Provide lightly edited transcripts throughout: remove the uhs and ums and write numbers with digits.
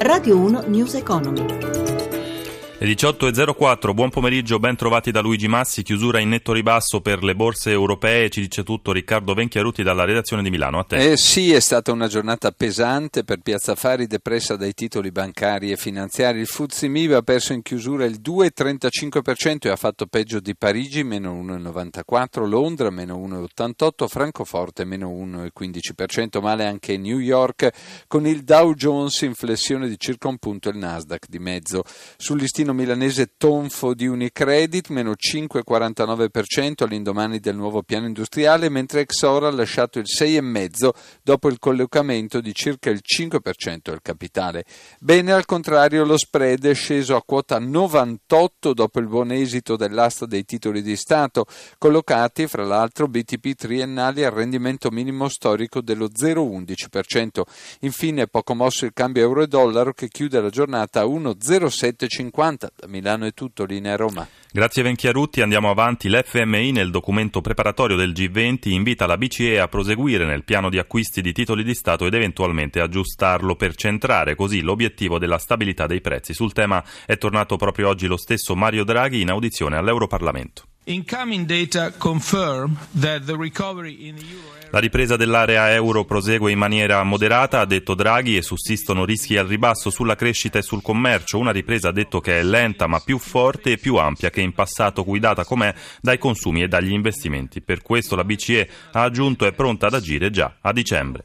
Radio 1 News Economy. Le 18.04, buon pomeriggio, ben trovati da Luigi Massi, chiusura in netto ribasso per le borse europee, ci dice tutto Riccardo Venchiarutti dalla redazione di Milano, a te. Sì, è stata una giornata pesante per Piazza Affari, depressa dai titoli bancari e finanziari. Il FTSE MIB ha perso in chiusura il 2,35% e ha fatto peggio di Parigi, meno 1,94%, Londra, meno 1,88%, Francoforte, meno 1,15%, male anche New York, con il Dow Jones in flessione di circa un punto e il Nasdaq di mezzo. Sul listino milanese tonfo di Unicredit, meno 5,49% all'indomani del nuovo piano industriale, mentre Exor ha lasciato il 6,5% dopo il collocamento di circa il 5% del capitale. Bene, al contrario, lo spread è sceso a quota 98 dopo il buon esito dell'asta dei titoli di Stato, collocati fra l'altro BTP triennali al rendimento minimo storico dello 0,11%. Infine poco mosso il cambio euro e dollaro, che chiude la giornata a 1,0750. Da Milano è tutto, linea Roma. Grazie Venchiarutti, andiamo avanti. L'FMI nel documento preparatorio del G20 invita la BCE a proseguire nel piano di acquisti di titoli di Stato ed eventualmente aggiustarlo per centrare così l'obiettivo della stabilità dei prezzi. Sul tema è tornato proprio oggi lo stesso Mario Draghi in audizione all'Europarlamento. Incoming data confirm that the recovery in the euro area. La ripresa dell'area euro prosegue in maniera moderata, ha detto Draghi, e sussistono rischi al ribasso sulla crescita e sul commercio. Una ripresa, ha detto, che è lenta ma più forte e più ampia che in passato, guidata com'è dai consumi e dagli investimenti. Per questo la BCE, ha aggiunto, è pronta ad agire già a dicembre.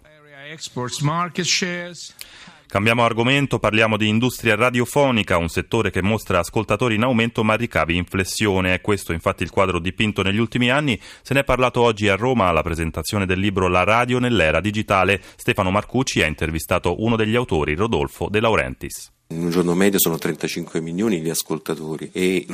Cambiamo argomento, parliamo di industria radiofonica, un settore che mostra ascoltatori in aumento ma ricavi in flessione. È questo infatti il quadro dipinto negli ultimi anni. Se ne è parlato oggi a Roma alla presentazione del libro La radio nell'era digitale. Stefano Marcucci ha intervistato uno degli autori, Rodolfo De Laurentiis. In un giorno medio sono 35 milioni gli ascoltatori e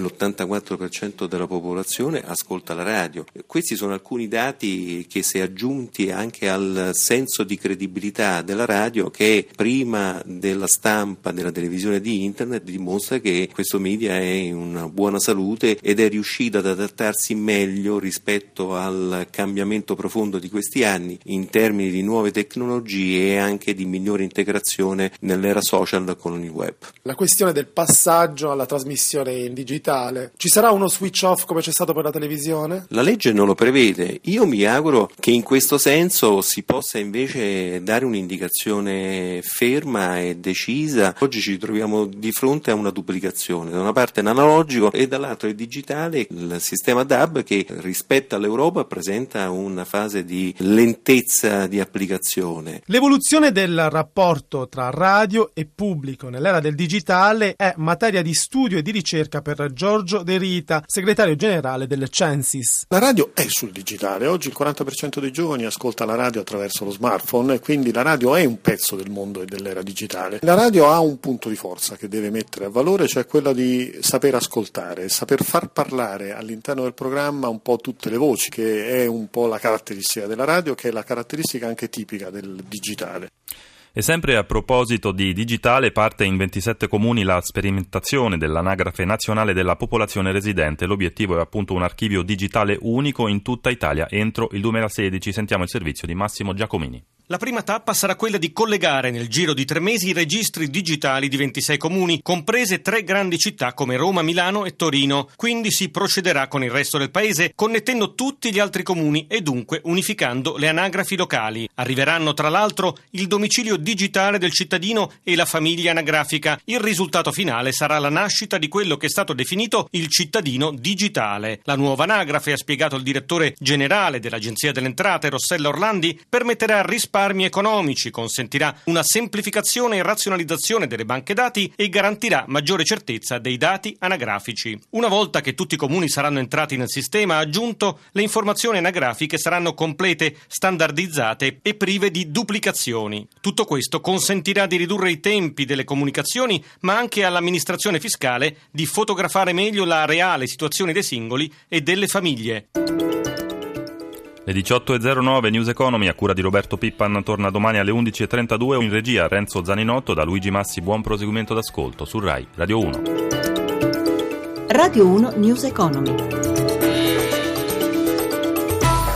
l'84% della popolazione ascolta la radio. Questi sono alcuni dati che, se aggiunti anche al senso di credibilità della radio, che prima della stampa, della televisione e di internet, dimostra che questo media è in una buona salute ed è riuscito ad adattarsi meglio rispetto al cambiamento profondo di questi anni in termini di nuove tecnologie e anche di migliore integrazione nell'era social con il web. La questione del passaggio alla trasmissione in digitale. Ci sarà uno switch off come c'è stato per la televisione? La legge non lo prevede. Io mi auguro che in questo senso si possa invece dare un'indicazione ferma e decisa. Oggi ci troviamo di fronte a una duplicazione. Da una parte l'analogico e dall'altra il digitale, il sistema DAB, che rispetto all'Europa presenta una fase di lentezza di applicazione. L'evoluzione del rapporto tra radio e pubblico nell'era del digitale è materia di studio e di ricerca per Giorgio De Rita, segretario generale del Censis. La radio è sul digitale. Oggi il 40% dei giovani ascolta la radio attraverso lo smartphone e quindi la radio è un pezzo del mondo e dell'era digitale. La radio ha un punto di forza che deve mettere a valore, cioè quello di saper ascoltare, saper far parlare all'interno del programma un po' tutte le voci, che è un po' la caratteristica della radio, che è la caratteristica anche tipica del digitale. E sempre a proposito di digitale, parte in 27 comuni la sperimentazione dell'anagrafe nazionale della popolazione residente. L'obiettivo è appunto un archivio digitale unico in tutta Italia entro il 2016. Sentiamo il servizio di Massimo Giacomini. La prima tappa sarà quella di collegare nel giro di 3 mesi i registri digitali di 26 comuni, comprese 3 grandi città come Roma, Milano e Torino. Quindi si procederà con il resto del paese, connettendo tutti gli altri comuni e dunque unificando le anagrafi locali. Arriveranno tra l'altro il domicilio digitale del cittadino e la famiglia anagrafica. Il risultato finale sarà la nascita di quello che è stato definito il cittadino digitale. La nuova anagrafe, ha spiegato il direttore generale dell'Agenzia delle Entrate, Rossella Orlandi, permetterà risparmi economici, consentirà una semplificazione e razionalizzazione delle banche dati e garantirà maggiore certezza dei dati anagrafici. Una volta che tutti i comuni saranno entrati nel sistema, ha aggiunto, le informazioni anagrafiche saranno complete, standardizzate e prive di duplicazioni. Tutto questo consentirà di ridurre i tempi delle comunicazioni, ma anche all'amministrazione fiscale di fotografare meglio la reale situazione dei singoli e delle famiglie. Le 18.09, News Economy a cura di Roberto Pippan torna domani alle 11.32. In regia Renzo Zaninotto, da Luigi Massi buon proseguimento d'ascolto su Rai Radio 1. Radio 1 News Economy.